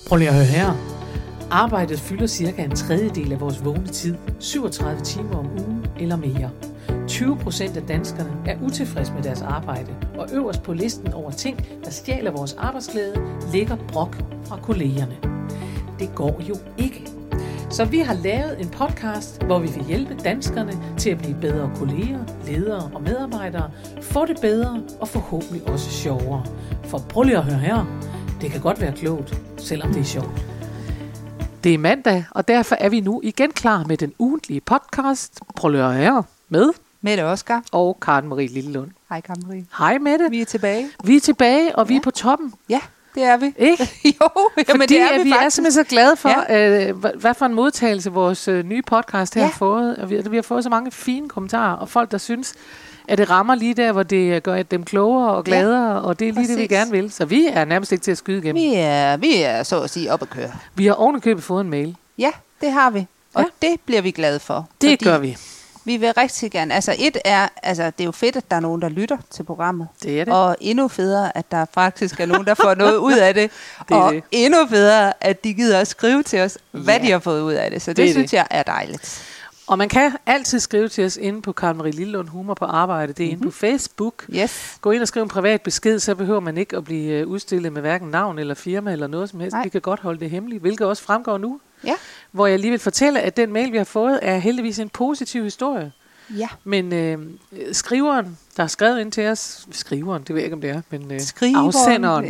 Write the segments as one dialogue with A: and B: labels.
A: Prøv lige at høre her. Arbejdet fylder cirka en tredjedel af vores vågne tid, 37 timer om ugen eller mere. 20% af danskerne er utilfredse med deres arbejde, og øverst på listen over ting, der stjæler vores arbejdsglæde, ligger brok fra kollegerne. Det går jo ikke. Så vi har lavet en podcast, hvor vi vil hjælpe danskerne til at blive bedre kolleger, ledere og medarbejdere, få det bedre og forhåbentlig også sjovere. For prøv lige at høre her. Det kan godt være klogt, selvom det er sjovt. Det er mandag, og derfor er vi nu igen klar med den ugentlige podcast. Prøv lige at høre med
B: Mette Oskar
A: og Karen Marie Lillelund.
B: Hej Karen Marie.
A: Hej Mette.
B: Vi er tilbage.
A: Vi er tilbage, og vi er på toppen.
B: Ja, det er vi.
A: Ikke?
B: Jo, jamen
A: fordi
B: det er
A: vi er simpelthen så glade for, hvad for en modtagelse vores nye podcast her har fået. Og vi har fået så mange fine kommentarer, og folk, der synes, at det rammer lige der, hvor det gør dem klogere og gladere, og det er lige det, vi gerne vil. Så vi er nærmest ikke til at skyde igennem.
B: Vi er så at sige op at køre.
A: Vi har ovenikøbet fået en mail.
B: Ja, det har vi. Og det bliver vi glade for.
A: Det gør vi.
B: Vi vil rigtig gerne. Det er jo fedt, at der er nogen, der lytter til programmet.
A: Det er det.
B: Og endnu federe, at der faktisk er nogen, der får noget ud af det. Og endnu federe, at de gider at skrive til os, hvad de har fået ud af det. Så det synes jeg er dejligt.
A: Og man kan altid skrive til os inde på Karen Marie Lillelund Humor på Arbejde. Det er inde på Facebook.
B: Yes.
A: Gå ind og skriv en privat besked, så behøver man ikke at blive udstillet med hverken navn eller firma eller noget som helst. Vi kan godt holde det hemmeligt, hvilket også fremgår nu. Ja. Hvor jeg lige vil fortælle, at den mail, vi har fået, er heldigvis en positiv historie. Ja. Men skriveren, der har skrevet ind til os, skriveren, det ved jeg ikke, om det er, men afsenderen,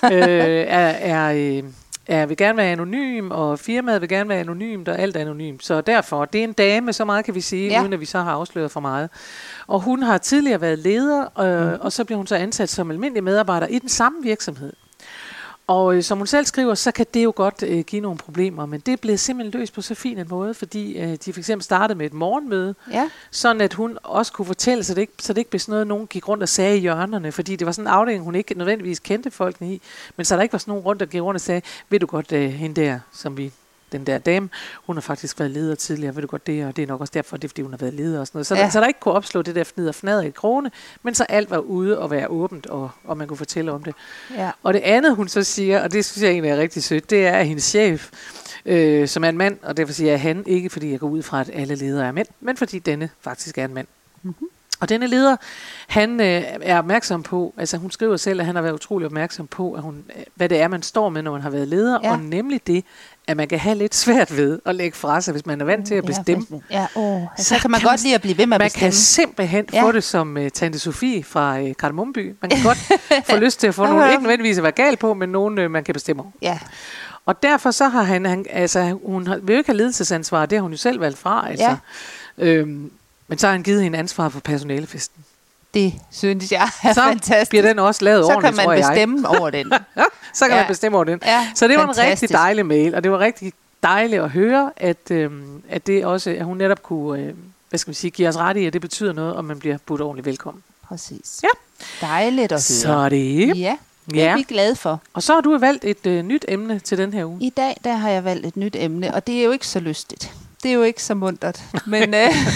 A: vil gerne være anonym, og firmaet vil gerne være anonymt, og alt er anonymt. Så derfor, det er en dame, så meget kan vi sige, uden at vi så har afsløret for meget. Og hun har tidligere været leder, og så bliver hun så ansat som almindelig medarbejder i den samme virksomhed. Og som hun selv skriver, så kan det jo godt give nogle problemer, men det blev simpelthen løst på så fin en måde, fordi de for eksempel startede med et morgenmøde, sådan at hun også kunne fortælle, så det ikke blev sådan noget, nogen gik rundt og sagde i hjørnerne, fordi det var sådan en afdeling, hun ikke nødvendigvis kendte folkene i, men så der ikke var sådan nogen rundt, der gik rundt og sagde, ved du godt, hende der, den der dame, hun har faktisk været leder tidligere, ved du godt det, og det er nok også derfor, det er fordi hun har været leder og sådan noget. Så der ikke kunne opslå det der fnider fnader i krone, men så alt var ude og være åbent, og man kunne fortælle om det. Ja. Og det andet, hun så siger, og det synes jeg egentlig er rigtig sødt, det er, at hendes chef, som er en mand, og derfor siger jeg han, ikke fordi jeg går ud fra, at alle ledere er mænd, men fordi denne faktisk er en mand. Mm-hmm. Og denne leder, han er opmærksom på, altså hun skriver selv, at han har været utrolig opmærksom på, at hvad det er, man står med, når man har været leder, og nemlig det, at man kan have lidt svært ved at lægge fra sig, hvis man er vant til at bestemme.
B: Så kan man godt lide at blive ved med at bestemme.
A: Man kan simpelthen få det som Tante Sofie fra Kardemommeby. Man kan godt få lyst til at få nogen, ikke nødvendigvis at være gal på, men nogen, man kan bestemme over. Ja. Og derfor så har hun vil jo ikke have ledelsesansvar, det har hun jo selv valgt fra. Altså. Ja. Men så har han givet hende ansvar for personalefesten.
B: Det synes jeg er fantastisk.
A: Så bliver den også lavet ordentligt,
B: tror jeg. Så kan man bestemme over den.
A: Så kan man bestemme over den. Ja, så det var en rigtig dejlig mail, og det var rigtig dejligt at høre, at det også, at hun netop kunne, give os ret i, at det betyder noget, om man bliver budt ordentligt velkommen.
B: Præcis. Ja. Dejligt at høre.
A: Så det.
B: Ja. Det er vi glade for.
A: Og så har du valgt et nyt emne til den her uge.
B: I dag, der har jeg valgt et nyt emne, og det er jo ikke så lystigt. Det er jo ikke så muntert. Men,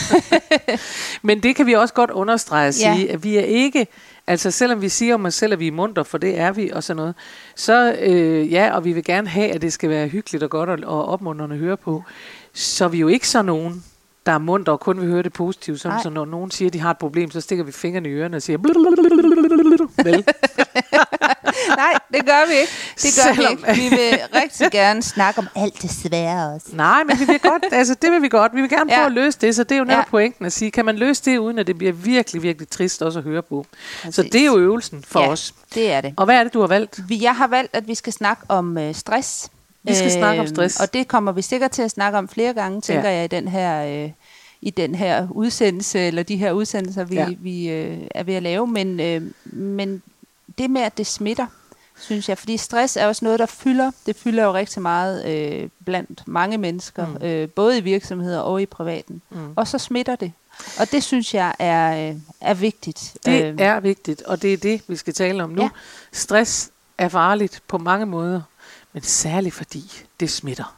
A: men det kan vi også godt understrege at sige, at vi er ikke, altså selvom vi siger om os selv, at vi er munter, for det er vi og sådan noget, så og vi vil gerne have, at det skal være hyggeligt og godt og opmuntrende at høre på, så er vi jo ikke så nogen, der er munter og kun vil høre det positivt. Så når nogen siger, at de har et problem, så stikker vi fingrene i ørerne og siger vel.
B: Nej, det gør vi ikke. Det gør vi ikke. Vi vil rigtig gerne snakke om alt det svære også.
A: Nej, men vi vil godt, altså det vil vi godt. Vi vil gerne prøve at løse det, så det er jo netop pointen at sige, kan man løse det, uden at det bliver virkelig, virkelig trist også at høre på. Præcis. Så det er jo øvelsen for os.
B: Det er det.
A: Og hvad er det, du har valgt?
B: Jeg har valgt, at vi skal snakke om stress.
A: Vi skal snakke om stress.
B: Og det kommer vi sikkert til at snakke om flere gange, tænker jeg, i den her udsendelse, eller de her udsendelser, vi er ved at lave. Men det med, at det smitter, synes jeg, fordi stress er også noget, der fylder. Det fylder jo rigtig meget blandt mange mennesker, både i virksomheder og i privaten. Og så smitter det. Og det synes jeg er vigtigt.
A: Det er vigtigt, og det er det, vi skal tale om nu. Ja. Stress er farligt på mange måder, men særligt fordi det smitter.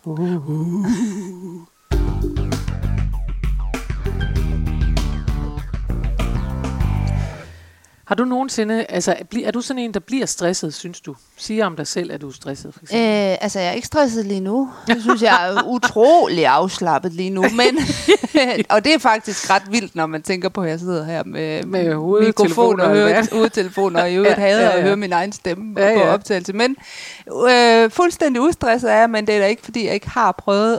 A: Har du nogensinde, altså er du sådan en, der bliver stresset, synes du? Siger om dig selv, at du er stresset, for eksempel?
B: Altså, jeg er ikke stresset lige nu. Jeg synes, jeg er utrolig afslappet lige nu. Men, og det er faktisk ret vildt, når man tænker på, at jeg sidder her med mikrofon og hovedtelefoner, og i øvrigt hader at høre min egen stemme på optagelse. Men fuldstændig ustresset er jeg, men det er da ikke, fordi jeg ikke har prøvet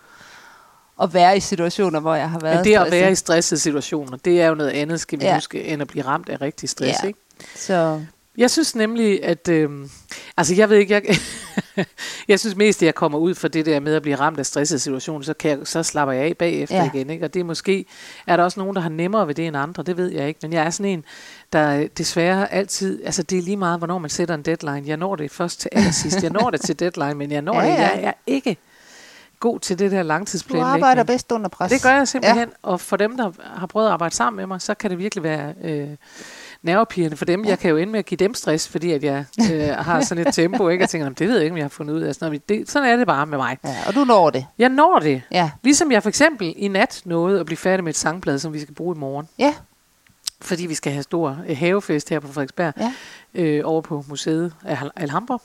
B: at være i situationer, hvor jeg har været
A: stresset. Men det at være i stressede situationer, det er jo noget andet, skal vi huske, end at blive ramt af rigtig stress, ikke?
B: Så...
A: Jeg synes nemlig, at... altså, jeg ved ikke... Jeg synes mest, at jeg kommer ud for det der med at blive ramt af stressede situationer, så slapper jeg af bagefter igen, ikke? Og det er måske... Er der også nogen, der har nemmere ved det end andre? Det ved jeg ikke. Men jeg er sådan en, der desværre altid... Altså, det er lige meget, hvornår man sætter en deadline. Jeg når det først til allersidst. Jeg når det til deadline, men jeg når det. Jeg er ikke god til det der langtidsplanlægning.
B: Du arbejder bedst under pres.
A: Det gør jeg simpelthen. Og for dem, der har prøvet at arbejde sammen med mig, så kan det virkelig være... nervepirrende for dem. Jeg kan jo ende med at give dem stress, fordi at jeg har sådan et tempo, ikke? Jeg tænker, det ved jeg ikke, om jeg har fundet ud af. Sådan er det bare med mig.
B: Ja, og du når det.
A: Jeg når det.
B: Ja.
A: Ligesom jeg for eksempel i nat nåede at blive færdig med et sangblad, som vi skal bruge i morgen.
B: Ja.
A: Fordi vi skal have stor havefest her på Frederiksberg. Ja. Over på museet af Alhambra.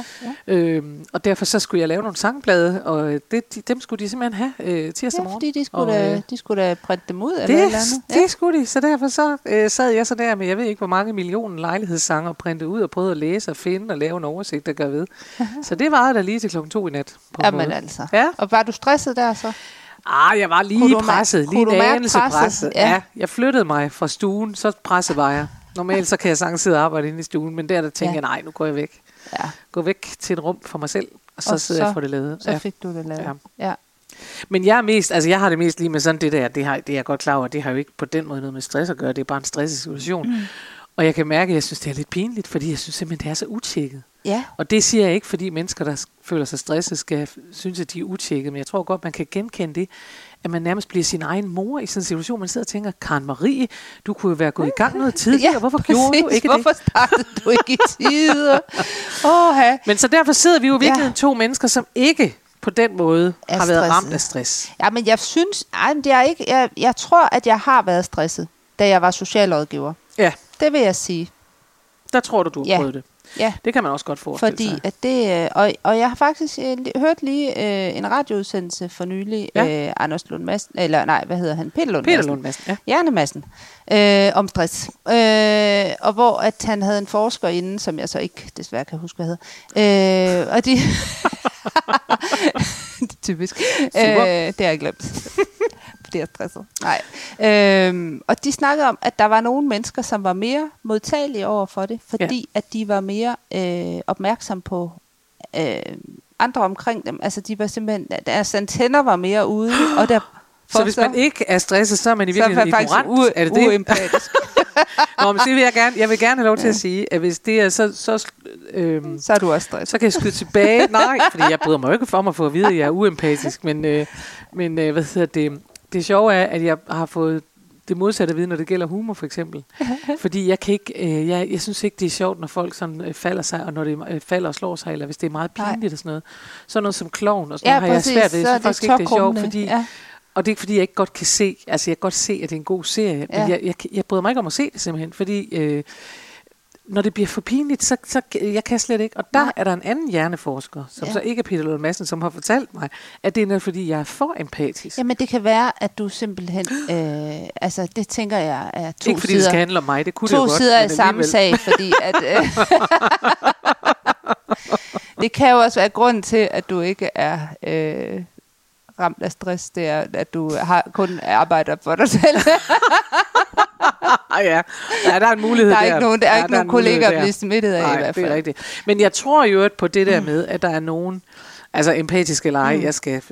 A: Og derfor så skulle jeg lave nogle sangblade, og dem skulle de simpelthen have tirsdag morgen.
B: Fordi de skulle da printe dem ud eller eller andet.
A: Det skulle de, så derfor så sad jeg så der med, jeg ved ikke hvor mange millioner lejlighedssanger og printe ud og prøvede at læse og finde og lave en oversigt, der gør ved. Så det varede der lige til 2:00 i nat.
B: Jamen altså. Ja. Og var du stresset der så?
A: Jeg var lige presset, lige en anelse presset. Ja, jeg flyttede mig fra stuen, så presset var jeg. Normalt så kan jeg sagtens sidde og arbejde inde i stuen, men der tænker jeg, nej, nu går jeg væk. Ja. Gå væk til et rum for mig selv, og så sidder jeg for det lavet.
B: Så fik du det lavet. Ja.
A: Men jeg har det mest lige med sådan det der, det er jeg godt klar over, det har jo ikke på den måde noget med stress at gøre, det er bare en stresset situation. Og jeg kan mærke, at jeg synes, det er lidt pinligt, fordi jeg synes simpelthen, det er så utjekket.
B: Ja.
A: Og det siger jeg ikke, fordi mennesker, der føler sig stresset, skal synes, at de er utjekket, men jeg tror godt, man kan genkende det, at man nærmest bliver sin egen mor i sådan en situation. Man sidder og tænker, Karen Marie, du kunne jo være gået i gang noget tidligere. Hvorfor gjorde du ikke
B: Hvorfor startede du ikke i tide?
A: Men så derfor sidder vi jo virkelig to mennesker, som ikke på den måde har været ramt af stress.
B: Ja, men jeg synes, jeg tror, at jeg har været stresset, da jeg var socialrådgiver. Ja. Det vil jeg sige.
A: Der tror du har prøvet det. Ja. Det kan man også godt forestille sig.
B: Fordi at det, og jeg har faktisk hørt lige en radioudsendelse for nylig, Anders Lund Madsen, eller nej, hvad hedder han? Peter Lund Madsen. Ja. Hjerne Madsen, om stress. Og hvor at han havde en forsker inde, som jeg så ikke desværre kan huske, hvad hedder. Og de... det er typisk. Det har jeg glemt. Det er stresset. Nej. Og de snakkede om, at der var nogle mennesker, som var mere modtagelige over for det, fordi at de var mere opmærksom på andre omkring dem. Altså de var simpelthen, deres antenner var mere ude. Og der
A: så hvis man ikke er stresset, så er man i virkeligheden ignorant? Er det det?
B: Uempatisk.
A: Nå, men det vil jeg vil gerne have lov til at sige, at hvis det er så
B: er du også stresset.
A: Så kan jeg skyde tilbage. Nej, fordi jeg bryder mig jo ikke for at få at vide, at jeg er uempatisk, men hvad hedder det? Det sjove er, at jeg har fået det modsatte at vide, når det gælder humor, for eksempel. Fordi jeg kan ikke, jeg synes ikke, det er sjovt, når folk sådan falder sig, og når det falder og slår sig, eller hvis det er meget pinligt og sådan noget. Så noget som klovn og sådan noget, har jeg svært ved. Jeg synes faktisk ikke, det er sjovt, fordi... Og det er ikke, fordi jeg ikke godt kan se, altså jeg kan godt se, at det er en god serie, men jeg bryder mig ikke om at se det simpelthen, fordi når det bliver for pinligt, så jeg kan slet ikke. Og der er der en anden hjerneforsker, som så ikke er Peter Lund Madsen, som har fortalt mig, at det er noget, fordi jeg er for empatisk.
B: Jamen det kan være, at du simpelthen, altså det tænker jeg er to sider.
A: Ikke fordi det skal handle om mig, det kunne det jo godt.
B: To sider af samme sag, fordi at... det kan jo også være grunden til, at du ikke er... ramt af stress, det er, at du kun arbejder for dig selv.
A: Ja, der er en mulighed der.
B: Der er ikke nogen kollegaer, der bliver smittet af i hvert fald.
A: Det er rigtigt. Men jeg tror jo på det der med, at der er nogen, altså empatisk eller ej,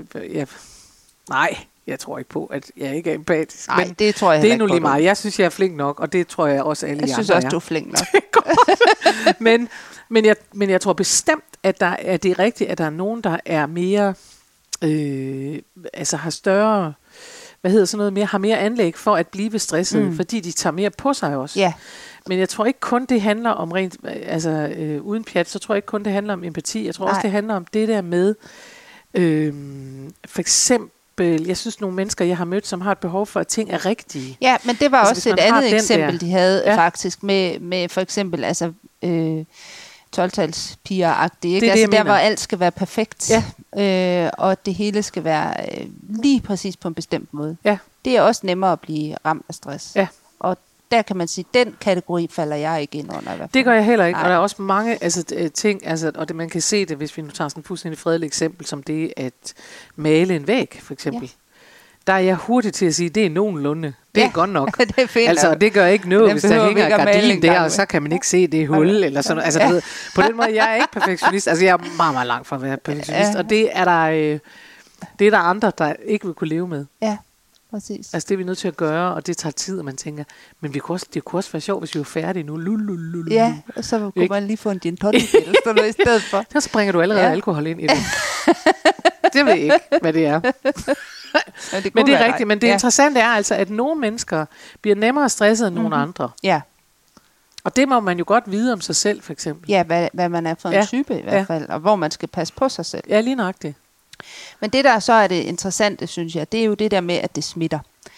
A: jeg tror ikke på, at jeg ikke er empatisk.
B: Nej, men det tror jeg
A: det er nu lige meget. Jeg synes, jeg er flink nok, og det tror jeg også alle andre er.
B: Jeg synes også, du er flink nok.
A: men jeg tror bestemt, at det er rigtigt, at der er nogen, der er mere... altså har større, har mere anlæg for at blive stresset, fordi de tager mere på sig også. Yeah. Men jeg tror ikke kun det handler om rent, uden pjat, så tror jeg ikke kun det handler om empati. Jeg tror også det handler om det der med, for eksempel jeg synes, nogle mennesker, jeg har mødt, som har et behov for, at ting er rigtige.
B: Ja, men det var altså, også et andet eksempel, de havde faktisk, med for eksempel, altså 12-talspiger-agtigt, ikke? Altså der, hvor alt skal være perfekt, og det hele skal være lige præcis på en bestemt måde. Ja. Det er også nemmere at blive ramt af stress. Ja. Og der kan man sige, den kategori falder jeg ikke ind under. I hvert fald.
A: Det gør jeg heller ikke, og der er også mange ting, og det, man kan se det, hvis vi nu tager sådan et fuldstændig fredeligt eksempel, som det at male en væg, for eksempel. Ja. Der er jeg hurtig til at sige, det er nogenlunde. Det er godt nok.
B: Det er fint,
A: altså, det gør ikke noget, hvis der hænger et gardin der, og så kan man ikke se det hul, eller sådan noget. Altså, på den måde, jeg er ikke perfektionist. Altså, jeg er meget, meget langt fra at være perfektionist, og det er der andre, der ikke vil kunne leve med. Ja. Præcis. Altså det er vi nødt til at gøre, og det tager tid, og man tænker, men det kunne også være sjovt, hvis vi var færdige nu.
B: Ja, og så kunne man lige få en gin tonic eller noget i stedet for.
A: Så springer du allerede alkohol ind i det. Det ved jeg ikke, hvad det er. Men det er rigtigt, men det interessante er altså, at nogle mennesker bliver nemmere stresset end nogle andre. Ja. Og det må man jo godt vide om sig selv, for eksempel.
B: Ja, hvad man er for en type i hvert fald, og hvor man skal passe på sig selv.
A: Ja, lige nøjagtigt.
B: Men det der så er det interessante, synes jeg, det er jo det der med, at det smitter.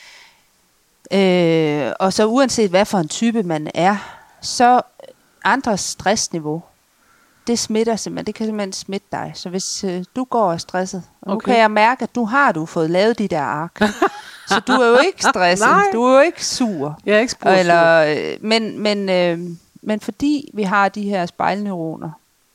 B: Og så uanset hvad for en type man er, så andres stressniveau, det smitter simpelthen. Det kan simpelthen smitte dig. Så hvis du går og er stresset, og nu kan jeg mærke, at du har fået lavet de der ark. Så du er jo ikke stresset. Du er jo ikke sur.
A: Jeg er ikke
B: sur. Men fordi vi har de her spejlneuroner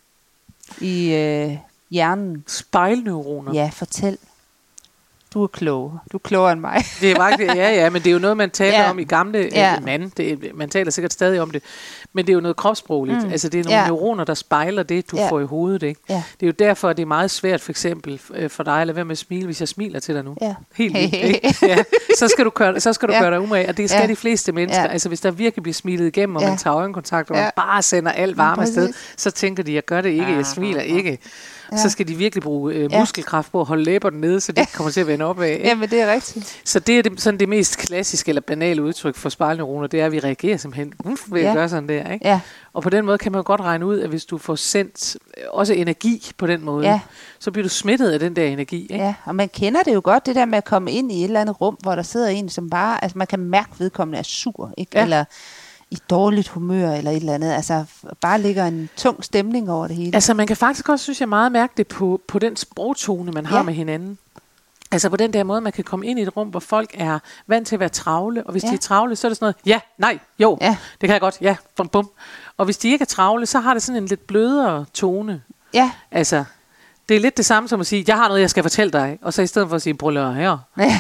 B: i hjernen.
A: Spejlneuroner?
B: Ja, fortæl. Du er klog. Du er klogere end mig.
A: Det er faktisk, ja, men det er jo noget, man taler om i gamle man taler sikkert stadig om det. Men det er jo noget kropssprogligt. Altså det er nogle neuroner, der spejler det, du får i hovedet. Ikke? Ja. Det er jo derfor, at det er meget svært for eksempel for dig at lade være med at smile, hvis jeg smiler til dig nu. Ja. Helt vildt. Ikke? Ja. Så skal du gøre dig umage. Og det skal de fleste mennesker. Altså hvis der virkelig bliver smilet igennem, og man tager øjenkontakt, og man bare sender alt varme afsted, så tænker de, jeg gør det ikke, jeg smiler ikke. Ja. Så skal de virkelig bruge muskelkraft på at holde læberne nede, så det ikke kommer til at vende opad. Ikke?
B: Jamen, det er rigtigt.
A: Så det er sådan det mest klassiske eller banale udtryk for spejlneuroner, det er, at vi reagerer simpelthen ved at gøre sådan der. Ikke? Ja. Og på den måde kan man jo godt regne ud, at hvis du får sendt også energi på den måde, så bliver du smittet af den der energi. Ikke?
B: Ja, og man kender det jo godt, det der med at komme ind i et eller andet rum, hvor der sidder en, som bare, altså man kan mærke, vedkommende er sur, ikke? Ja. Eller i dårligt humør eller et eller andet. Altså bare ligger en tung stemning over det hele.
A: Altså man kan faktisk også, synes jeg, meget mærke det på den sprogtone, man har med hinanden. Altså på den der måde, man kan komme ind i et rum, hvor folk er vant til at være travle, og hvis de er travle, så er det sådan noget, det kan jeg godt, bum bum. Og hvis de ikke er travle, så har det sådan en lidt blødere tone. Ja. Altså, det er lidt det samme som at sige, jeg har noget, jeg skal fortælle dig, og så i stedet for at sige, prøv lige her.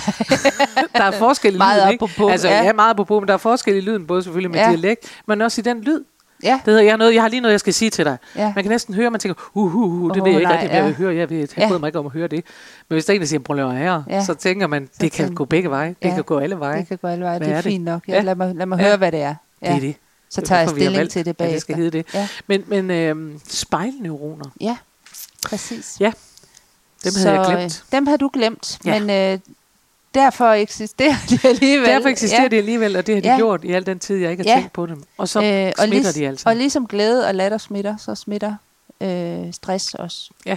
A: Der er forskel i lyden, ikke? Altså, meget apropos, men der er forskel i lyden, både selvfølgelig med dialekt, men også i den lyd. Ja. Det hedder, jeg har lige noget, jeg skal sige til dig. Ja. Man kan næsten høre, man tænker, det ved jeg ikke rigtig, hvad jeg vil høre. Jeg bryder mig ikke om at høre det. Men hvis der er en, der siger, prøv lige her, så tænker man, det kan gå begge veje. Det kan gå alle veje.
B: Det kan gå alle veje, det er fint nok. Ja. Lad mig høre, hvad det er. Ja.
A: Det er det.
B: Så tager jeg stilling til det bagefter.
A: Det skal hedde det. Ja. Men spejlneuroner.
B: Ja, præcis.
A: Ja. Dem havde jeg glemt.
B: Dem havde du glemt, men derfor eksisterer de alligevel.
A: Derfor eksisterer de alligevel, og det har de gjort i al den tid, jeg ikke har tænkt på dem. Og så smitter de altså.
B: Og ligesom glæde og latter smitter, så smitter stress også. Ja.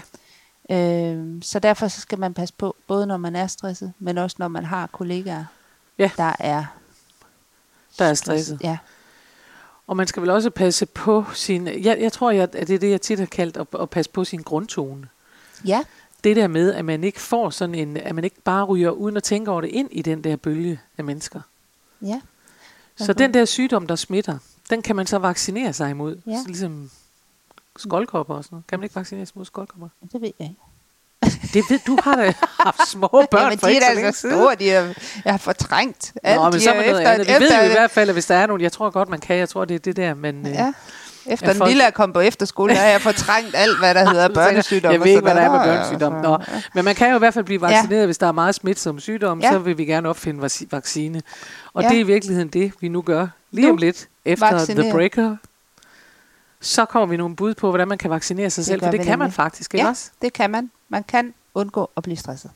B: Så derfor så skal man passe på, både når man er stresset, men også når man har kollegaer, der er stresset. Ja.
A: Og man skal vel også passe på sin... Jeg tror, at det er det, jeg tit har kaldt at passe på sin grundtone. Ja. Det der med, at man ikke får sådan en... At man ikke bare ryger uden at tænke over det ind i den der bølge af mennesker. Ja. Så den der sygdom, der smitter, den kan man så vaccinere sig imod. Ja. Så ligesom skoldkopper og sådan noget. Kan man ikke vaccinere sig mod skoldkopper?
B: Det ved jeg ikke.
A: Det ved du, har da haft små børn.
B: Jamen, for ikke så længe siden. Jeg har fortrængt alt.
A: Nå, men så vi ved jo i hvert fald, at hvis der er nogen, jeg tror godt, man kan. Jeg tror, det er det der, men... Ja.
B: Efter den lille er kommet på efterskole, har jeg fortrængt alt, hvad der hedder børnesygdom.
A: Jeg ved ikke, hvad der er med børnesygdom. Nå. Men man kan jo i hvert fald blive vaccineret, hvis der er meget smitsom sygdom, så vil vi gerne opfinde vaccine. Og det er i virkeligheden det, vi nu gør. Lige om lidt, efter The Breaker, så kommer vi nogle bud på, hvordan man kan vaccinere sig selv, for det kan man faktisk, ikke også?
B: Det kan man. Man kan undgå at blive stresset.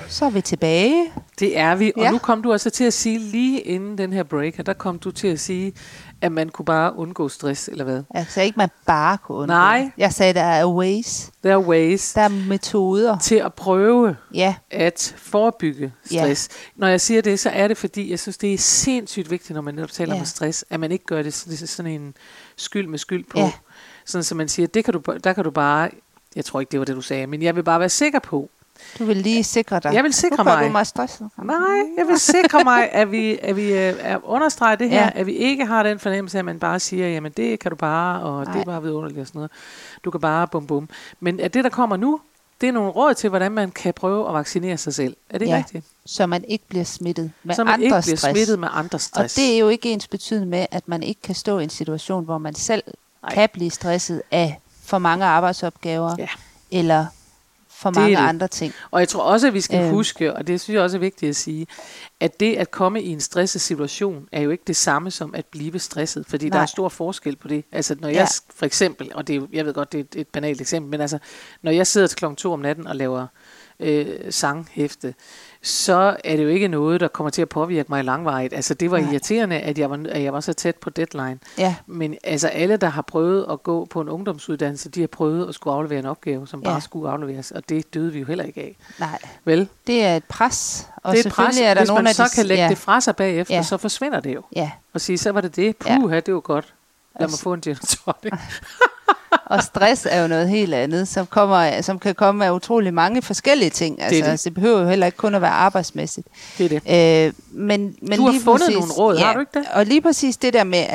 B: Så er vi tilbage.
A: Det er vi, og nu kom du også til at sige, lige inden den her break, der kom du til at sige, at man kunne bare undgå stress, eller hvad?
B: Jeg sagde ikke, man bare kunne undgå.
A: Nej.
B: Jeg sagde, der er ways.
A: Der er ways.
B: Der er metoder.
A: Til at prøve at forebygge stress. Når jeg siger det, så er det, fordi jeg synes, det er sindssygt vigtigt, når man netop taler om stress, at man ikke gør det sådan en skyld med skyld på. Ja. Sådan, så man siger, der kan du bare, jeg tror ikke, det var det, du sagde, men jeg vil bare være sikker på.
B: Du vil lige sikre dig.
A: Jeg vil sikre mig.
B: Du mig stresset.
A: Nej, jeg vil sikre mig, at vi understreger det her, at vi ikke har den fornemmelse, at man bare siger, jamen det kan du bare, og det er bare vidunderligt og sådan noget. Du kan bare bum. Men at det, der kommer nu, det er nogle råd til, hvordan man kan prøve at vaccinere sig selv. Er det rigtigt?
B: Så man ikke bliver smittet med
A: andre stress.
B: Og det er jo ikke ens betydende med, at man ikke kan stå i en situation, hvor man selv kan blive stresset af for mange arbejdsopgaver, eller for mange andre ting.
A: Og jeg tror også, at vi skal huske, og det synes jeg også er vigtigt at sige, at det at komme i en stresset situation, er jo ikke det samme som at blive stresset, fordi der er stor forskel på det. Altså når jeg for eksempel, og det er, jeg ved godt, det er et banalt eksempel, men altså når jeg sidder til klokken 2 om natten og laver sanghæfte, så er det jo ikke noget, der kommer til at påvirke mig langvarigt. Altså det var irriterende, at jeg var så tæt på deadline. Ja. Men altså alle, der har prøvet at gå på en ungdomsuddannelse, de har prøvet at skulle aflevere en opgave, som bare skulle afleveres, og det døde vi jo heller ikke af. Nej. Vel?
B: Det er et pres. Og
A: det er et pres. Er der hvis man så kan lægge det fra sig bagefter, så forsvinder det jo. Ja. Og sige, så var det det. Puha, det var godt. Lad mig få en gin tonic.
B: Og stress er jo noget helt andet, som kan komme af utrolig mange forskellige ting. Altså, det behøver jo heller ikke kun at være arbejdsmæssigt. Det er det. Men
A: du har fundet nogle råd, har du ikke det?
B: Og lige præcis det der med,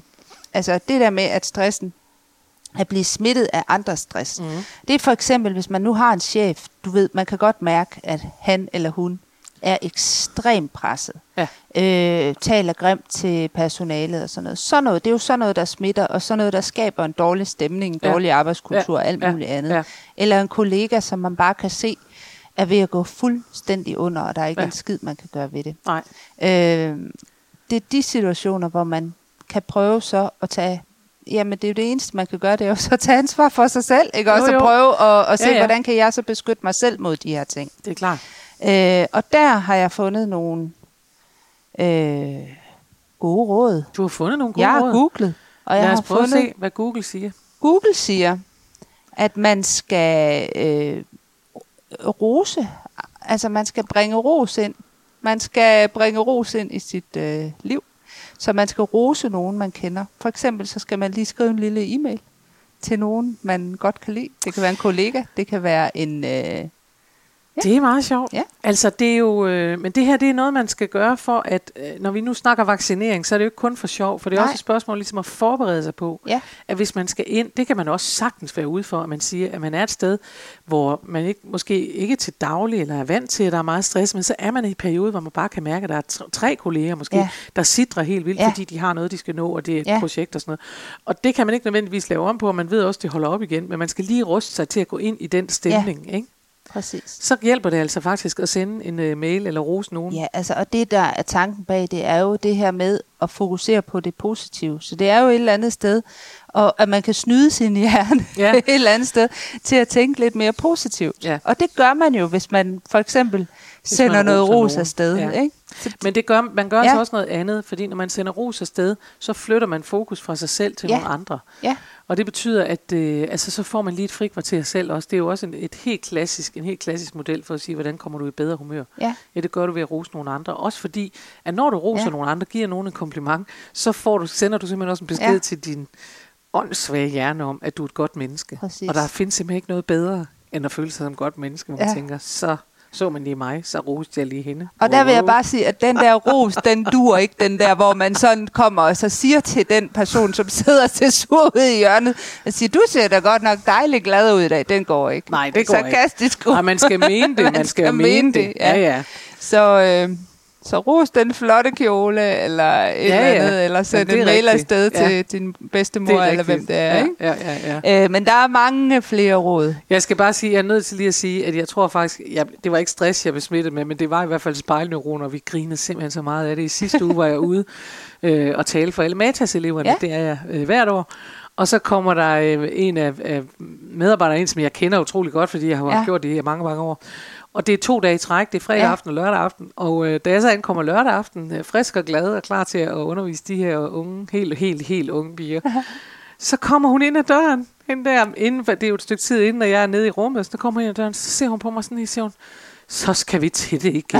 B: at stressen at blive smittet af andres stress. Det er for eksempel, hvis man nu har en chef, du ved, man kan godt mærke, at han eller hun er ekstremt presset. Ja. Taler grimt til personalet og sådan noget. Det er jo sådan noget, der smitter, og sådan noget, der skaber en dårlig stemning, en dårlig arbejdskultur og alt muligt andet. Ja. Eller en kollega, som man bare kan se, er ved at gå fuldstændig under, og der er ikke en skid, man kan gøre ved det. Nej. Det er de situationer, hvor man kan prøve så at tage, jamen det er jo det eneste, man kan gøre, det er jo så at tage ansvar for sig selv, ikke? Også at prøve at se, hvordan kan jeg så beskytte mig selv mod de her ting.
A: Det er klart.
B: Og der har jeg fundet nogle gode råd.
A: Du har fundet nogle gode råd?
B: Jeg har googlet. Og jeg har
A: prøvet at se, hvad Google siger.
B: Google siger, at man skal rose. Altså man skal bringe ros ind. Man skal bringe ros ind i sit liv. Så man skal rose nogen, man kender. For eksempel så skal man lige skrive en lille e-mail til nogen, man godt kan lide. Det kan være en kollega. Det kan være en...
A: Det er meget sjovt. Ja. Altså det er jo, men det her det er noget man skal gøre for at når vi nu snakker vaccinering, så er det jo ikke kun for sjov, for det er også et spørgsmål ligesom at forberede sig på, at hvis man skal ind, det kan man også sagtens være ude for, at man siger, at man er et sted, hvor man måske ikke til daglig eller er vant til, at der er meget stress, men så er man i en periode, hvor man bare kan mærke, at der er 3 kolleger måske, der sidder helt vildt, fordi de har noget, de skal nå, og det er et projekt og sådan noget. Og det kan man ikke nødvendigvis lave om på, og man ved også, at det holder op igen, men man skal lige ruste sig til at gå ind i den stemning, ikke?
B: Præcis.
A: Så hjælper det altså faktisk at sende en mail eller rose nogen.
B: Ja, altså, og det der er tanken bag, det er jo det her med at fokusere på det positive. Så det er jo et eller andet sted, og at man kan snyde sin hjerne et eller andet sted til at tænke lidt mere positivt. Ja. Og det gør man jo, hvis man for eksempel sender noget ros afsted. Ja. Ikke?
A: Men man gør altså også noget andet, fordi når man sender ros afsted, så flytter man fokus fra sig selv til nogle andre. Ja. Og det betyder, at så får man lige et frikvarter selv også. Det er jo også en helt klassisk model for at sige, hvordan kommer du i bedre humør. Ja, det gør du ved at rose nogle andre. Også fordi, at når du roser nogle andre, giver nogen en kompliment, så sender du simpelthen også en besked til din åndssvage hjerne om, at du er et godt menneske. Præcis. Og der findes simpelthen ikke noget bedre, end at føle sig som et godt menneske, hvor man tænker, så man lige mig, så roste jeg lige hende.
B: Og der vil jeg bare sige, at den der ros, den dur ikke, den der, hvor man sådan kommer og så siger til den person, som sidder til sur ude i hjørnet, og siger, du ser da godt nok dejligt glad ud i dag. Den går ikke.
A: Nej, det går
B: sarkastisk
A: ikke. Nej, man skal mene det. man skal mene det. Ja.
B: Så ros den flotte kjole, eller et eller andet, eller send en mail afsted til din bedstemor, eller hvem det er. Ikke? Men der er mange flere råd.
A: Jeg skal bare sige, jeg er nødt til lige at sige, at jeg tror faktisk, det var ikke stress, jeg blev smittet med, men det var i hvert fald spejlneuroner, vi grinede simpelthen så meget af det. I sidste uge var jeg ude og tale for alle Matas-eleverne, det er jeg hvert år. Og så kommer der en af medarbejderne ind, som jeg kender utrolig godt, fordi jeg har gjort det i mange år. Og det er 2 dage i træk, det er fredag aften og lørdag aften. Og da jeg så ankommer lørdag aften, frisk og glad og klar til at undervise de her unge, helt unge piger, så kommer hun ind ad døren. Hende der, det er jo et stykke tid inden, når jeg er nede i rummet, så kommer hun ind ad døren, så ser hun på mig sådan, og siger hun, så skal vi til det igen.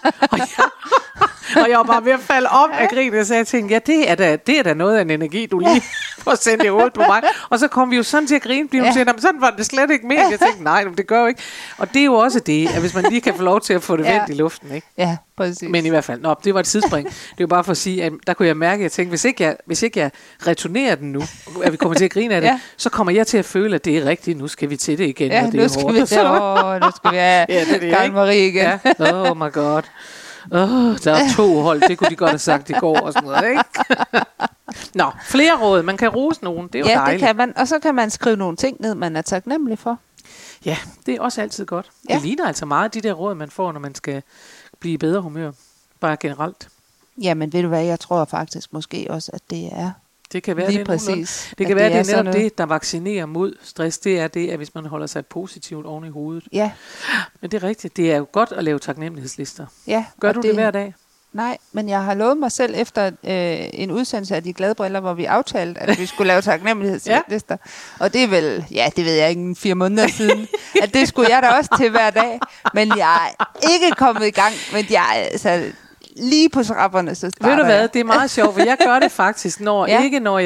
A: Og jeg var bare ved at falde om af grin, og så jeg tænkte, ja, det er da noget af en energi, du lige får sendt i hovedet på mig. Og så kom vi jo sådan til at grine, fordi hun siger, sådan var det slet ikke mere. Jeg tænkte, nej, det gør jo ikke. Og det er jo også det, at hvis man lige kan få lov til at få det vendt i luften, ikke?
B: Ja, præcis.
A: Men i hvert fald, det var et sidespring. Det er jo bare for at sige, at der kunne jeg mærke, at jeg tænkte, hvis ikke jeg returnerer den nu, at vi kommer til at grine af det, så kommer jeg til at føle, at det er rigtigt, nu skal vi til det igen.
B: Ja,
A: det er
B: nu skal vi have Karl Marie igen.
A: Ja. Oh my god. Der er 2 hold, det kunne de godt have sagt i går og sådan noget, ikke? Nå, flere råd. Man kan rose nogen, det er jo dejligt.
B: Ja, det kan man. Og så kan man skrive nogle ting ned, man er taknemmelig for.
A: Ja, det er også altid godt. Ja. Det ligner altså meget de der råd, man får, når man skal blive i bedre humør. Bare generelt.
B: Jamen, ved du hvad, jeg tror faktisk måske også, at det er
A: det kan være
B: lige
A: det
B: præcis.
A: Det kan være, det er netop det, der vaccinerer mod stress. Det er det, at hvis man holder sig positivt oven i hovedet.
B: Ja.
A: Men det er rigtigt. Det er jo godt at lave taknemmelighedslister.
B: Ja.
A: Gør du det hver dag?
B: Nej, men jeg har lovet mig selv efter en udsendelse af De Glade Briller, hvor vi aftalte, at vi skulle lave taknemmelighedslister. Og det er vel, det ved jeg ikke, 4 måneder siden, at det skulle jeg da også til hver dag. Men jeg er ikke kommet i gang, men jeg er altså lige på trapperne, så starter.
A: Ved du hvad, det er meget sjovt, for jeg gør det faktisk, ikke når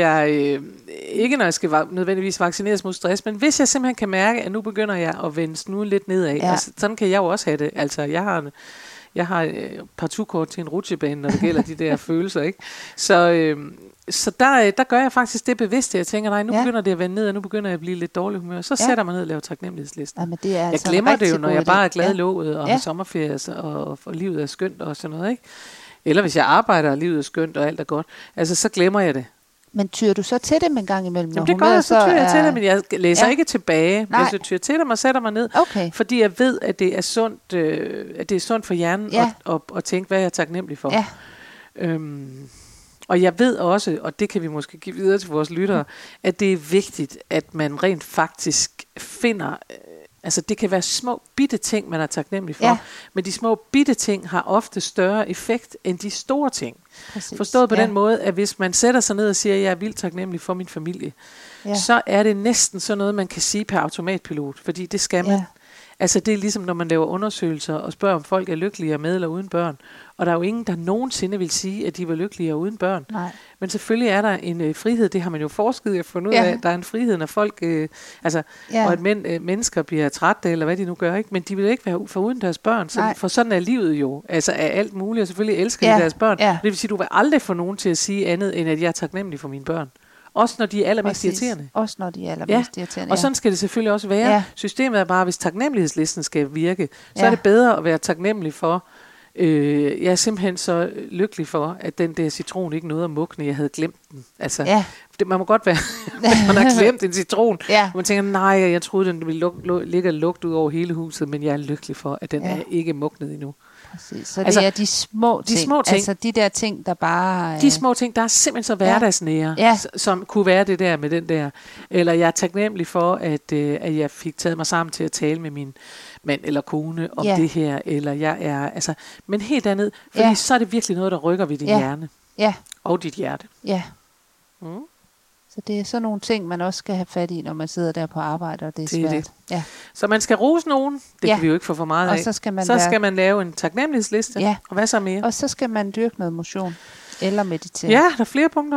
A: jeg skal nødvendigvis vaccineres mod stress, men hvis jeg simpelthen kan mærke, at nu begynder jeg at vende snuden lidt nedad. Ja. Altså, sådan kan jeg jo også have det. Altså, jeg har partutkort til en rutsjebane, når det gælder de der følelser, ikke? Så der gør jeg faktisk det bevidst, jeg tænker, nej, nu begynder det at vende ned, og nu begynder jeg at blive lidt dårlig humør. Så sætter man ned og laver taknemmelighedslister.
B: Jamen, det er
A: jeg glemmer det jo, når jeg bare er glad i låget, og har sommerferie, og livet er skønt og sådan noget, ikke? Eller hvis jeg arbejder, og livet er skønt, og alt er godt. Altså, så glemmer jeg det.
B: Men tyrer du så til det med en gang imellem?
A: Jamen, det gør jeg, så tyrer jeg til det, men jeg læser ikke tilbage. Nej. Jeg tyrer til det, og sætter mig ned, fordi jeg ved, at det er sundt, for hjernen at tænke, hvad jeg er taknemmelig for. Ja. Og jeg ved også, og det kan vi måske give videre til vores lyttere, at det er vigtigt, at man rent faktisk finder, altså det kan være små bitte ting, man er taknemmelig for, men de små bitte ting har ofte større effekt end de store ting. Præcis. Forstået på den måde, at hvis man sætter sig ned og siger, at jeg er vildt taknemmelig for min familie, så er det næsten sådan noget, man kan sige per automatpilot, fordi det skal man. Altså det er ligesom, når man laver undersøgelser og spørger, om folk er lykkeligere med eller uden børn. Og der er jo ingen, der nogensinde vil sige, at de var lykkeligere uden børn. Nej. Men selvfølgelig er der en frihed, det har man jo forsket i at finde ud af. Der er en frihed, når folk, og at mennesker bliver trætte, eller hvad de nu gør, ikke? Men de vil ikke være foruden deres børn. Så, for sådan er livet jo. Altså af alt muligt, og selvfølgelig elsker de deres børn. Ja. Det vil sige, du vil aldrig få nogen til at sige andet, end at jeg er taknemmelig for mine børn. Også når de er allermest irriterende.
B: Også når de er allermest irriterende.
A: Og sådan skal det selvfølgelig også være. Ja. Systemet er bare, hvis taknemmelighedslisten skal virke, så er det bedre at være taknemmelig for. Jeg er simpelthen så lykkelig for, at den der citron ikke nåede at mugne. Jeg havde glemt den. Altså, man må godt være, man har glemt en citron. Og man tænker, nej, jeg troede, den ville ligge og lugte ud over hele huset, men jeg er lykkelig for, at den er ikke mugnet endnu.
B: Præcis. Så det er de små ting, altså de der ting, der bare...
A: De små ting, der er simpelthen så hverdagsnære, som kunne være det der med den der. Eller jeg er taknemmelig for, at jeg fik taget mig sammen til at tale med min mand eller kone om det her. Eller jeg er... Altså, men helt andet, fordi så er det virkelig noget, der rykker ved din hjerne. Ja. Og dit hjerte. Ja.
B: Så det er sådan nogle ting, man også skal have fat i, når man sidder der på arbejde, og det er svært. Det. Ja.
A: Så man skal rose nogen, det kan vi jo ikke få for meget af. Så skal man lave en taknemmelighedsliste, og hvad så mere?
B: Og så skal man dyrke noget motion, eller meditere.
A: Ja, der er flere punkter.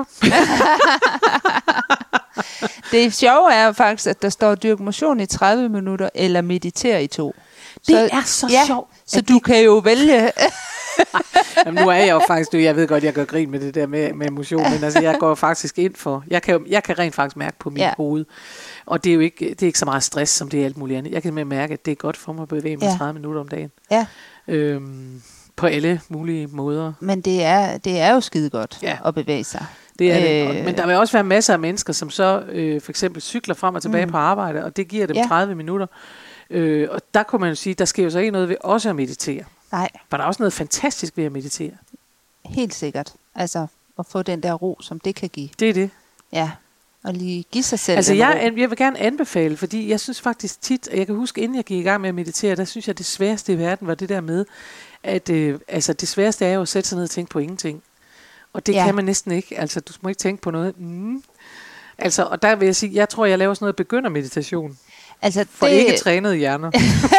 B: Det sjove er jo faktisk, at der står dyrke motion i 30 minutter, eller meditere i 2.
A: Det er så sjovt.
B: Så du kan jo vælge...
A: Jamen, nu er jeg jo faktisk, jeg ved godt, jeg gør grin med det der med motion, men altså, jeg går faktisk ind for, jeg kan rent faktisk mærke på mit hoved, og det er jo ikke så meget stress, som det er alt muligt andet. Jeg kan mærke, at det er godt for mig at bevæge mig 30 minutter om dagen. Ja. På alle mulige måder.
B: Men det er jo skide godt at bevæge sig.
A: Det er det. Men der vil også være masser af mennesker, som så for eksempel cykler frem og tilbage på arbejde, og det giver dem 30 minutter. Og der kunne man jo sige, der sker jo så ikke noget ved også at meditere. Nej. For der er også noget fantastisk ved at meditere.
B: Helt sikkert. Altså at få den der ro, som det kan give.
A: Det er det.
B: Ja. Og lige give sig selv.
A: Altså jeg vil gerne anbefale, fordi jeg synes faktisk tit, jeg kan huske, inden jeg gik i gang med at meditere, der synes jeg, det sværeste i verden var det der med, at altså det sværeste er jo at sætte sig ned og tænke på ingenting. Og det kan man næsten ikke. Altså du må ikke tænke på noget. Altså, og der vil jeg sige, jeg tror, jeg laver sådan noget begyndermeditation. Altså, for ikke trænede hjerner.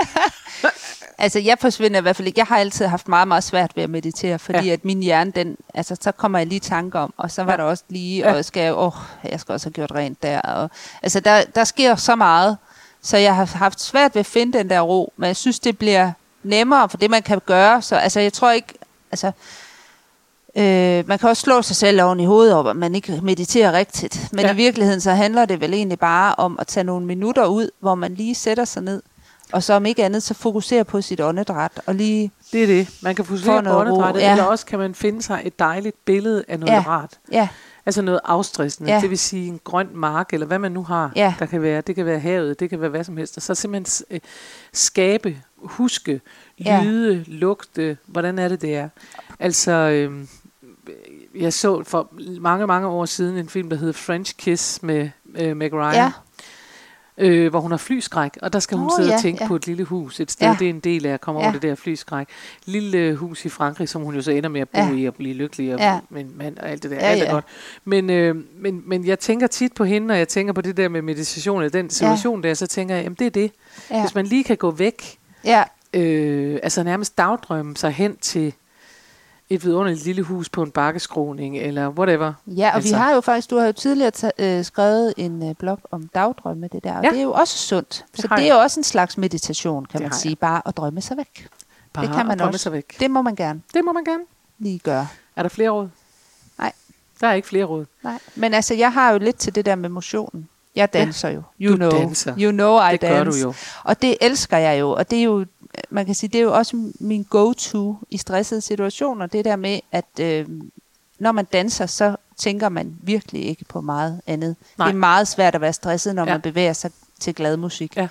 B: Altså, jeg forsvinder i hvert fald ikke. Jeg har altid haft meget, meget svært ved at meditere, fordi at min hjerne, så kommer jeg lige tanker om, og så var der også lige, og jeg skal også have gjort rent der. Og, altså, der sker så meget, så jeg har haft svært ved at finde den der ro, men jeg synes, det bliver nemmere for det, man kan gøre. Så altså, jeg tror ikke, altså... man kan også slå sig selv oven i hovedet over, at man ikke mediterer rigtigt. Men i virkeligheden, så handler det vel egentlig bare om at tage nogle minutter ud, hvor man lige sætter sig ned. Og så om ikke andet, så fokusere på sit åndedræt. Og lige
A: det er det. Man kan fokusere på åndedrættet, eller også kan man finde sig et dejligt billede af noget rart. Ja. Altså noget afstressende. Det vil sige en grøn mark, eller hvad man nu har, der kan være. Det kan være havet, det kan være hvad som helst. Og så simpelthen skabe, huske, lyde, lugte. Hvordan er det er? Altså... jeg så for mange, mange år siden en film, der hedder French Kiss med Meg Ryan, hvor hun har flyskræk, og der skal hun sidde og tænke på et lille hus, et sted, det er en del af at komme over det der flyskræk. Lille hus i Frankrig, som hun jo så ender med at bo i og blive lykkelig, og men og alt det der, alt er godt. Men jeg tænker tit på hende, og jeg tænker på det der med meditation, eller den situation der, så tænker jeg, jamen det er det. Hvis man lige kan gå væk, altså nærmest dagdrømme sig hen til et vidunderligt lille hus på en bakkeskroning, eller whatever. Ja,
B: og altså. Vi har jo faktisk, du har jo tidligere skrevet en blog om dagdrømme, det der, og det er jo også sundt. Så det er jo også en slags meditation, kan man sige, bare at drømme sig væk.
A: Bare det kan man også. Sig væk.
B: Det må man gerne.
A: Det må man gerne.
B: Lige gøre.
A: Er der flere råd?
B: Nej.
A: Der er ikke flere råd.
B: Nej, men altså, jeg har jo lidt til det der med motionen. Jeg danser jo.
A: You know I
B: dance. Gør du jo. Og det elsker jeg jo, og det er jo, man kan sige, det er jo også min go-to i stressede situationer, det der med, at når man danser, så tænker man virkelig ikke på meget andet. Nej. Det er meget svært at være stresset, når man bevæger sig til glad musik. Ja.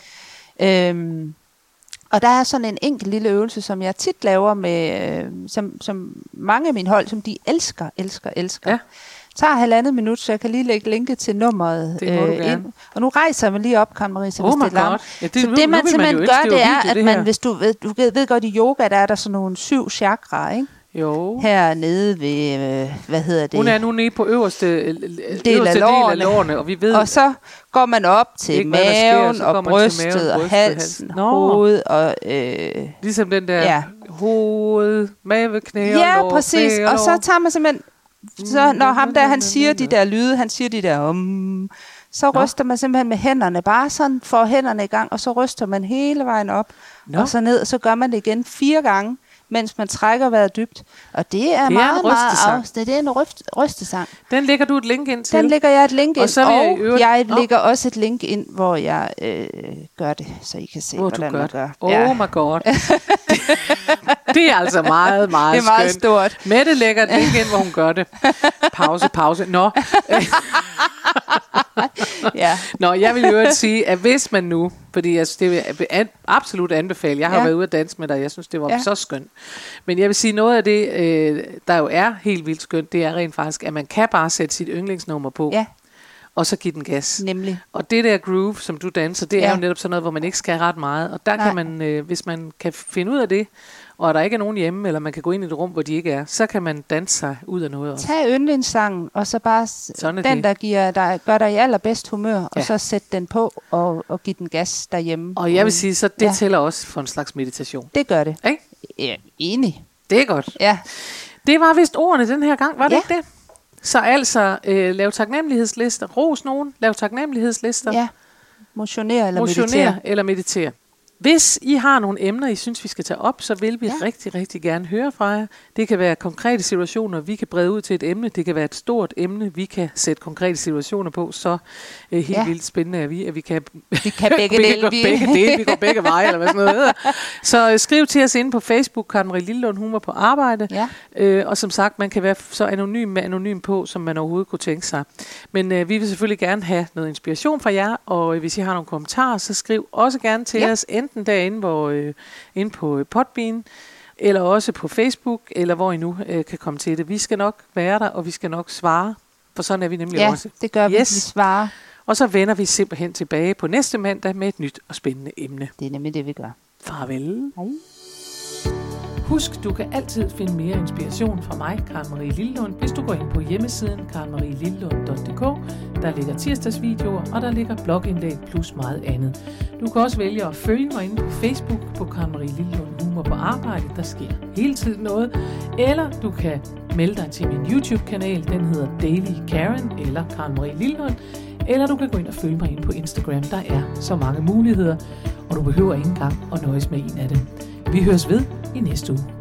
B: Og der er sådan en enkelt lille øvelse, som jeg tit laver med, som mange af mine hold, som de elsker. Ja. Tager 1,5 minut, så jeg kan lige lægge linket til nummeret ind. Og nu rejser man lige op, Karen Marie, så hvis det er langt. Ja, så det man simpelthen gør, det er, at man, hvis du ved godt, i yoga, der er der sådan nogle 7 chakraer, ikke?
A: Jo.
B: Hernede ved, hvad hedder det?
A: Hun er nu nede på øverste del af lårene, og vi ved...
B: Og så går man op til ikke, maven, sker, og brystet, og halsen, hovedet, og...
A: ligesom den der hoved, mave, knæ og lår.
B: Ja, præcis. Og så tager man simpelthen... Så når ham der, han siger de der lyde, han siger de der så ryster man simpelthen med hænderne, bare sådan får hænderne i gang, og så ryster man hele vejen op, og så ned, og så gør man det igen 4 gange, mens man trækker vejret dybt. Og det er meget, meget afsnit. Det er en rystesang.
A: Den lægger du et link ind til?
B: Den lægger jeg et link ind, og jeg lægger også et link ind, hvor jeg gør det, så I kan se, hvordan man gør.
A: Oh my god. Det er altså meget, meget skønt.
B: Det er meget stort.
A: Mette lægger et link ind, hvor hun gør det. Pause. Nå. Nå, jeg vil jo sige, at hvis man nu, fordi jeg synes, det vil jeg absolut anbefale, jeg har været ude at danse med dig, jeg synes, det var så skønt. Men jeg vil sige, noget af det, der jo er helt vildt skønt, det er rent faktisk, at man kan bare sætte sit yndlingsnummer på. Ja. Og så give den gas.
B: Nemlig.
A: Og det der groove, som du danser, det er jo netop sådan noget, hvor man ikke skal ret meget. Og der kan man, hvis man kan finde ud af det, og der ikke er nogen hjemme, eller man kan gå ind i et rum, hvor de ikke er, så kan man danse sig ud af noget også.
B: Tag yndlingssangen, og så bare den, der gør dig i allerbedst humør, og så sæt den på, og give den gas derhjemme.
A: Og jeg vil sige, så det tæller også for en slags meditation.
B: Det gør det.
A: Ikke?
B: Ja, enig.
A: Det er godt.
B: Ja.
A: Det var vist ordene den her gang, var det ikke det? Så altså, lav taknemmelighedslister. Ros nogen, lav taknemmelighedslister.
B: Ja, motionere eller meditere.
A: Hvis I har nogle emner, I synes, vi skal tage op, så vil vi rigtig, rigtig gerne høre fra jer. Det kan være konkrete situationer, vi kan brede ud til et emne. Det kan være et stort emne, vi kan sætte konkrete situationer på. Så helt vildt spændende er vi, at vi kan
B: begge dele.
A: Vi går begge veje, eller hvad sådan noget hedder. Så skriv til os inde på Facebook, Karen Marie Lillelund, hun var på arbejde. Ja. Og som sagt, man kan være så anonym på, som man overhovedet kunne tænke sig. Men vi vil selvfølgelig gerne have noget inspiration fra jer, og hvis I har nogle kommentarer, så skriv også gerne til os, enten derinde inde på Podbean, eller også på Facebook, eller hvor I nu kan komme til det. Vi skal nok være der, og vi skal nok svare For sådan er vi nemlig også.
B: Ja, det gør vi. Vi svarer.
A: Og så vender vi simpelthen tilbage på næste mandag med et nyt og spændende emne.
B: Det er nemlig det, vi gør.
A: Farvel.
B: Hej.
A: Husk, du kan altid finde mere inspiration fra mig, Karen Marie Lillelund, hvis du går ind på hjemmesiden karenmarielillelund.dk. Der ligger tirsdagsvideoer, og der ligger blogindlæg plus meget andet. Du kan også vælge at følge mig inde på Facebook på Karen Marie Lillelund Humor på Arbejde. Der sker hele tiden noget. Eller du kan melde dig til min YouTube-kanal. Den hedder Daily Karen eller Karen Marie Lillelund. Eller du kan gå ind og følge mig inde på Instagram. Der er så mange muligheder, og du behøver ikke engang at nøjes med en af dem. Vi høres ved i næste uge.